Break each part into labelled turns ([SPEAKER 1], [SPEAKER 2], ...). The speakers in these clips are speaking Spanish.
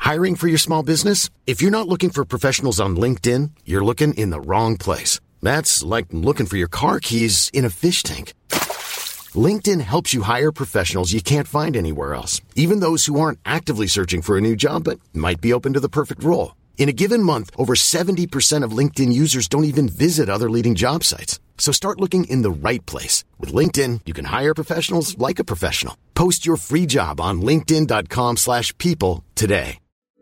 [SPEAKER 1] Hiring for your small business? If you're not looking for professionals on LinkedIn, you're looking in the wrong place. That's like looking for your car keys in a fish tank. LinkedIn helps you hire professionals you can't find anywhere else, even those who aren't actively searching for a new job but might be open to the perfect role. In a given month, over 70% of LinkedIn users don't even visit other leading job sites. So start looking in the right place. With LinkedIn, you can hire professionals like a professional. Post your free job on linkedin.com/people today.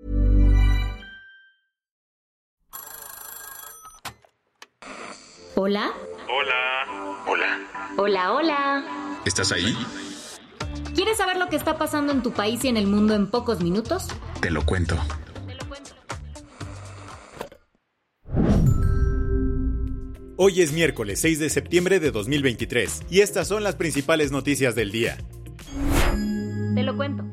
[SPEAKER 2] ¿Hola?
[SPEAKER 3] Hola.
[SPEAKER 4] Hola.
[SPEAKER 2] Hola, hola.
[SPEAKER 4] ¿Estás ahí?
[SPEAKER 2] ¿Quieres saber lo que está pasando en tu país y en el mundo en pocos minutos?
[SPEAKER 4] Te lo cuento.
[SPEAKER 3] Hoy es miércoles 6 de septiembre de 2023 y estas son las principales noticias del día.
[SPEAKER 2] Te lo cuento.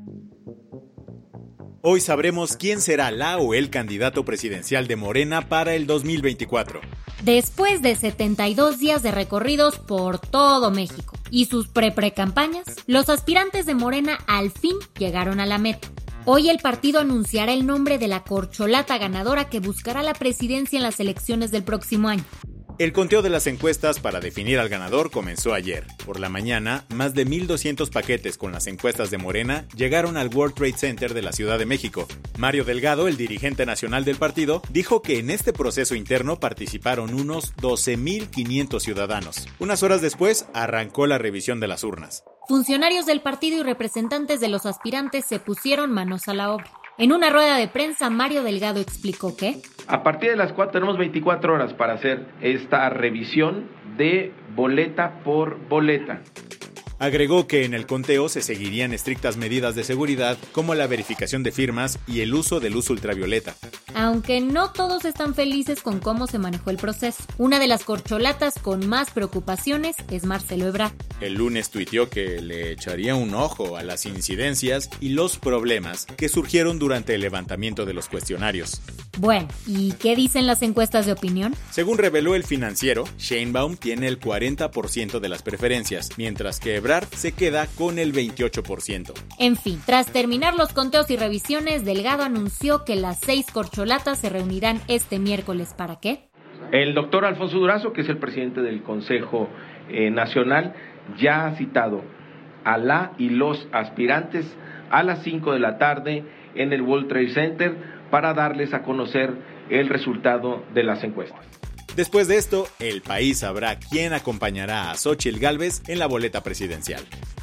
[SPEAKER 3] Hoy sabremos quién será la o el candidato presidencial de Morena para el 2024.
[SPEAKER 2] Después de 72 días de recorridos por todo México y sus pre-campañas, los aspirantes de Morena al fin llegaron a la meta. Hoy el partido anunciará el nombre de la corcholata ganadora que buscará la presidencia en las elecciones del próximo año.
[SPEAKER 3] El conteo de las encuestas para definir al ganador comenzó ayer. Por la mañana, más de 1,200 paquetes con las encuestas de Morena llegaron al World Trade Center de la Ciudad de México. Mario Delgado, el dirigente nacional del partido, dijo que en este proceso interno participaron unos 12,500 ciudadanos. Unas horas después, arrancó la revisión de las urnas.
[SPEAKER 2] Funcionarios del partido y representantes de los aspirantes se pusieron manos a la obra. En una rueda de prensa, Mario Delgado explicó que
[SPEAKER 5] a partir de las 4 tenemos 24 horas para hacer esta revisión de boleta por boleta.
[SPEAKER 3] Agregó que en el conteo se seguirían estrictas medidas de seguridad como la verificación de firmas y el uso de luz ultravioleta.
[SPEAKER 2] Aunque no todos están felices con cómo se manejó el proceso. Una de las corcholatas con más preocupaciones es Marcelo Ebrard.
[SPEAKER 3] El lunes tuiteó que le echaría un ojo a las incidencias y los problemas que surgieron durante el levantamiento de los cuestionarios.
[SPEAKER 2] Bueno, ¿y qué dicen las encuestas de opinión?
[SPEAKER 3] Según reveló El Financiero, Sheinbaum tiene el 40% de las preferencias, mientras que Ebrard se queda con el 28%.
[SPEAKER 2] En fin, tras terminar los conteos y revisiones, Delgado anunció que las 6 corcholatas se reunirán este miércoles. ¿Para qué?
[SPEAKER 5] El doctor Alfonso Durazo, que es el presidente del Consejo Nacional, ya ha citado a la y los aspirantes a las 5 de la tarde en el World Trade Center para darles a conocer el resultado de las encuestas.
[SPEAKER 3] Después de esto, el país sabrá quién acompañará a Xóchitl Gálvez en la boleta presidencial.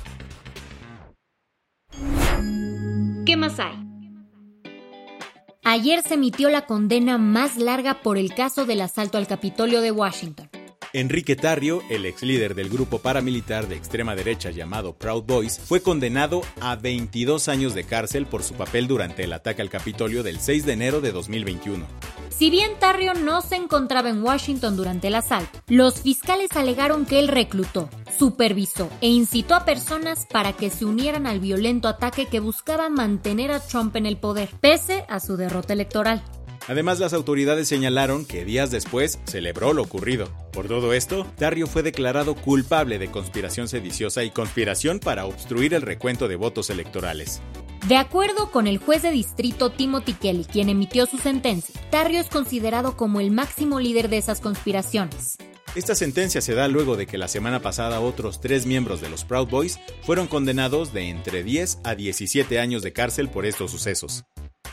[SPEAKER 2] ¿Qué más hay? Ayer se emitió la condena más larga por el caso del asalto al Capitolio de Washington.
[SPEAKER 3] Enrique Tarrio, el ex líder del grupo paramilitar de extrema derecha llamado Proud Boys, fue condenado a 22 años de cárcel por su papel durante el ataque al Capitolio del 6 de enero de 2021.
[SPEAKER 2] Si bien Tarrio no se encontraba en Washington durante el asalto, los fiscales alegaron que él reclutó, supervisó e incitó a personas para que se unieran al violento ataque que buscaba mantener a Trump en el poder, pese a su derrota electoral.
[SPEAKER 3] Además, las autoridades señalaron que días después celebró lo ocurrido. Por todo esto, Tarrio fue declarado culpable de conspiración sediciosa y conspiración para obstruir el recuento de votos electorales.
[SPEAKER 2] De acuerdo con el juez de distrito Timothy Kelly, quien emitió su sentencia, Tarrio es considerado como el máximo líder de esas conspiraciones.
[SPEAKER 3] Esta sentencia se da luego de que la semana pasada otros 3 miembros de los Proud Boys fueron condenados de entre 10 a 17 años de cárcel por estos sucesos.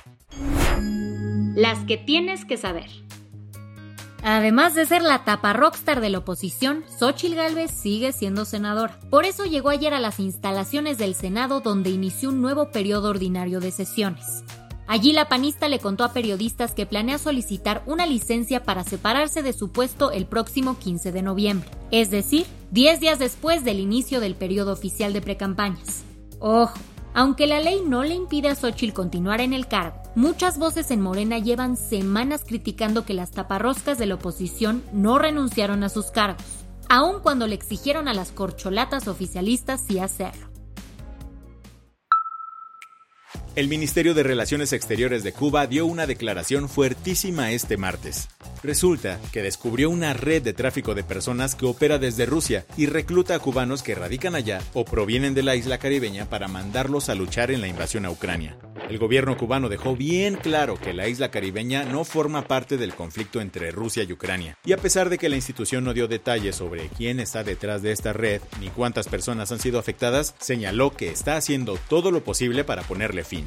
[SPEAKER 2] Las que tienes que saber. Además de ser la tapa rockstar de la oposición, Xóchitl Gálvez sigue siendo senadora. Por eso llegó ayer a las instalaciones del Senado, donde inició un nuevo periodo ordinario de sesiones. Allí la panista le contó a periodistas que planea solicitar una licencia para separarse de su puesto el próximo 15 de noviembre, es decir, 10 días después del inicio del periodo oficial de precampañas. Ojo, aunque la ley no le impide a Xóchitl continuar en el cargo, muchas voces en Morena llevan semanas criticando que las taparroscas de la oposición no renunciaron a sus cargos, aun cuando le exigieron a las corcholatas oficialistas sí hacerlo.
[SPEAKER 3] El Ministerio de Relaciones Exteriores de Cuba dio una declaración fuertísima este martes. Resulta que descubrió una red de tráfico de personas que opera desde Rusia y recluta a cubanos que radican allá o provienen de la isla caribeña para mandarlos a luchar en la invasión a Ucrania. El gobierno cubano dejó bien claro que la isla caribeña no forma parte del conflicto entre Rusia y Ucrania. Y a pesar de que la institución no dio detalles sobre quién está detrás de esta red ni cuántas personas han sido afectadas, señaló que está haciendo todo lo posible para ponerle fin.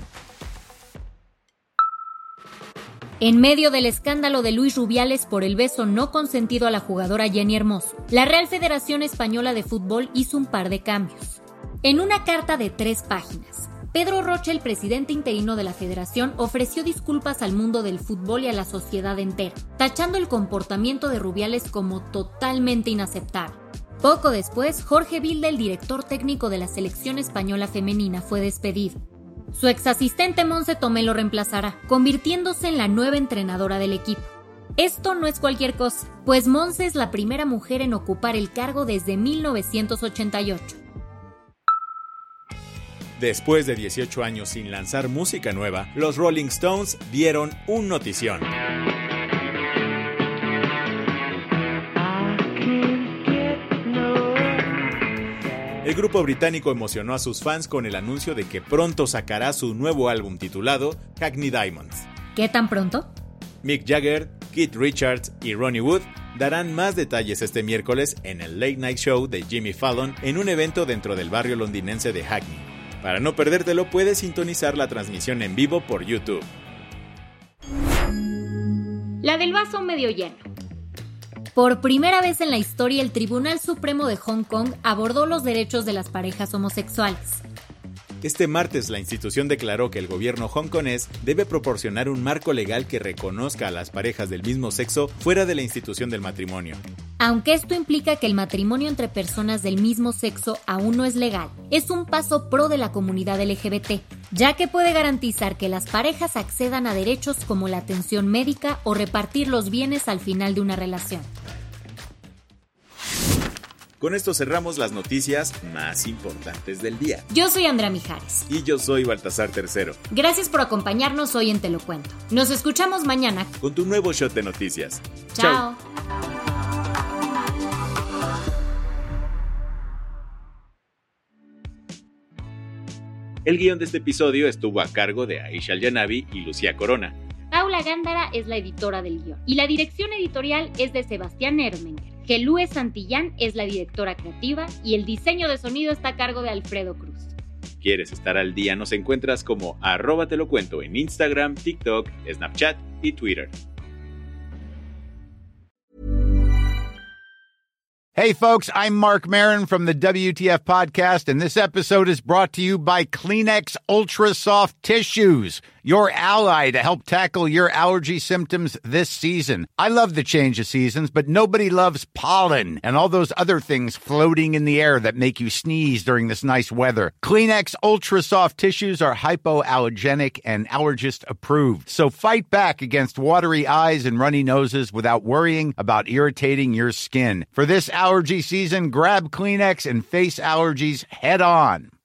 [SPEAKER 2] En medio del escándalo de Luis Rubiales por el beso no consentido a la jugadora Jenny Hermoso, la Real Federación Española de Fútbol hizo un par de cambios. En una carta de 3 páginas, Pedro Rocha, el presidente interino de la federación, ofreció disculpas al mundo del fútbol y a la sociedad entera, tachando el comportamiento de Rubiales como totalmente inaceptable. Poco después, Jorge Vilda, el director técnico de la selección española femenina, fue despedido. Su exasistente Montse Tomé lo reemplazará, convirtiéndose en la nueva entrenadora del equipo. Esto no es cualquier cosa, pues Montse es la primera mujer en ocupar el cargo desde 1988.
[SPEAKER 3] Después de 18 años sin lanzar música nueva, los Rolling Stones dieron un notición. El grupo británico emocionó a sus fans con el anuncio de que pronto sacará su nuevo álbum titulado Hackney Diamonds.
[SPEAKER 2] ¿Qué tan pronto?
[SPEAKER 3] Mick Jagger, Keith Richards y Ronnie Wood darán más detalles este miércoles en el Late Night Show de Jimmy Fallon en un evento dentro del barrio londinense de Hackney. Para no perdértelo, puedes sintonizar la transmisión en vivo por YouTube.
[SPEAKER 2] La del vaso medio lleno. Por primera vez en la historia, el Tribunal Supremo de Hong Kong abordó los derechos de las parejas homosexuales.
[SPEAKER 3] Este martes, la institución declaró que el gobierno hongkonés debe proporcionar un marco legal que reconozca a las parejas del mismo sexo fuera de la institución del matrimonio.
[SPEAKER 2] Aunque esto implica que el matrimonio entre personas del mismo sexo aún no es legal, es un paso pro de la comunidad LGBT, ya que puede garantizar que las parejas accedan a derechos como la atención médica o repartir los bienes al final de una relación.
[SPEAKER 3] Con esto cerramos las noticias más importantes del día.
[SPEAKER 2] Yo soy Andrea Mijares.
[SPEAKER 3] Y yo soy Baltasar Tercero.
[SPEAKER 2] Gracias por acompañarnos hoy en Te lo Cuento. Nos escuchamos mañana
[SPEAKER 3] con tu nuevo shot de noticias.
[SPEAKER 2] Chao.
[SPEAKER 3] El guión de este episodio estuvo a cargo de Aisha Al-Janabi y Lucía Corona.
[SPEAKER 2] Paula Gándara es la editora del guión y la dirección editorial es de Sebastián Ermenger. Gelúe Santillán es la directora creativa y el diseño de sonido está a cargo de Alfredo Cruz.
[SPEAKER 3] ¿Quieres estar al día? Nos encuentras como @telocuento en Instagram, TikTok, Snapchat y Twitter.
[SPEAKER 4] Hey folks, I'm Mark Maron from the WTF Podcast, and this episode is brought to you by Kleenex Ultra Soft Tissues, your ally to help tackle your allergy symptoms this season. I love the change of seasons, but nobody loves pollen and all those other things floating in the air that make you sneeze during this nice weather. Kleenex Ultra Soft Tissues are hypoallergenic and allergist approved, so fight back against watery eyes and runny noses without worrying about irritating your skin. For this allergy season, grab Kleenex and face allergies head on.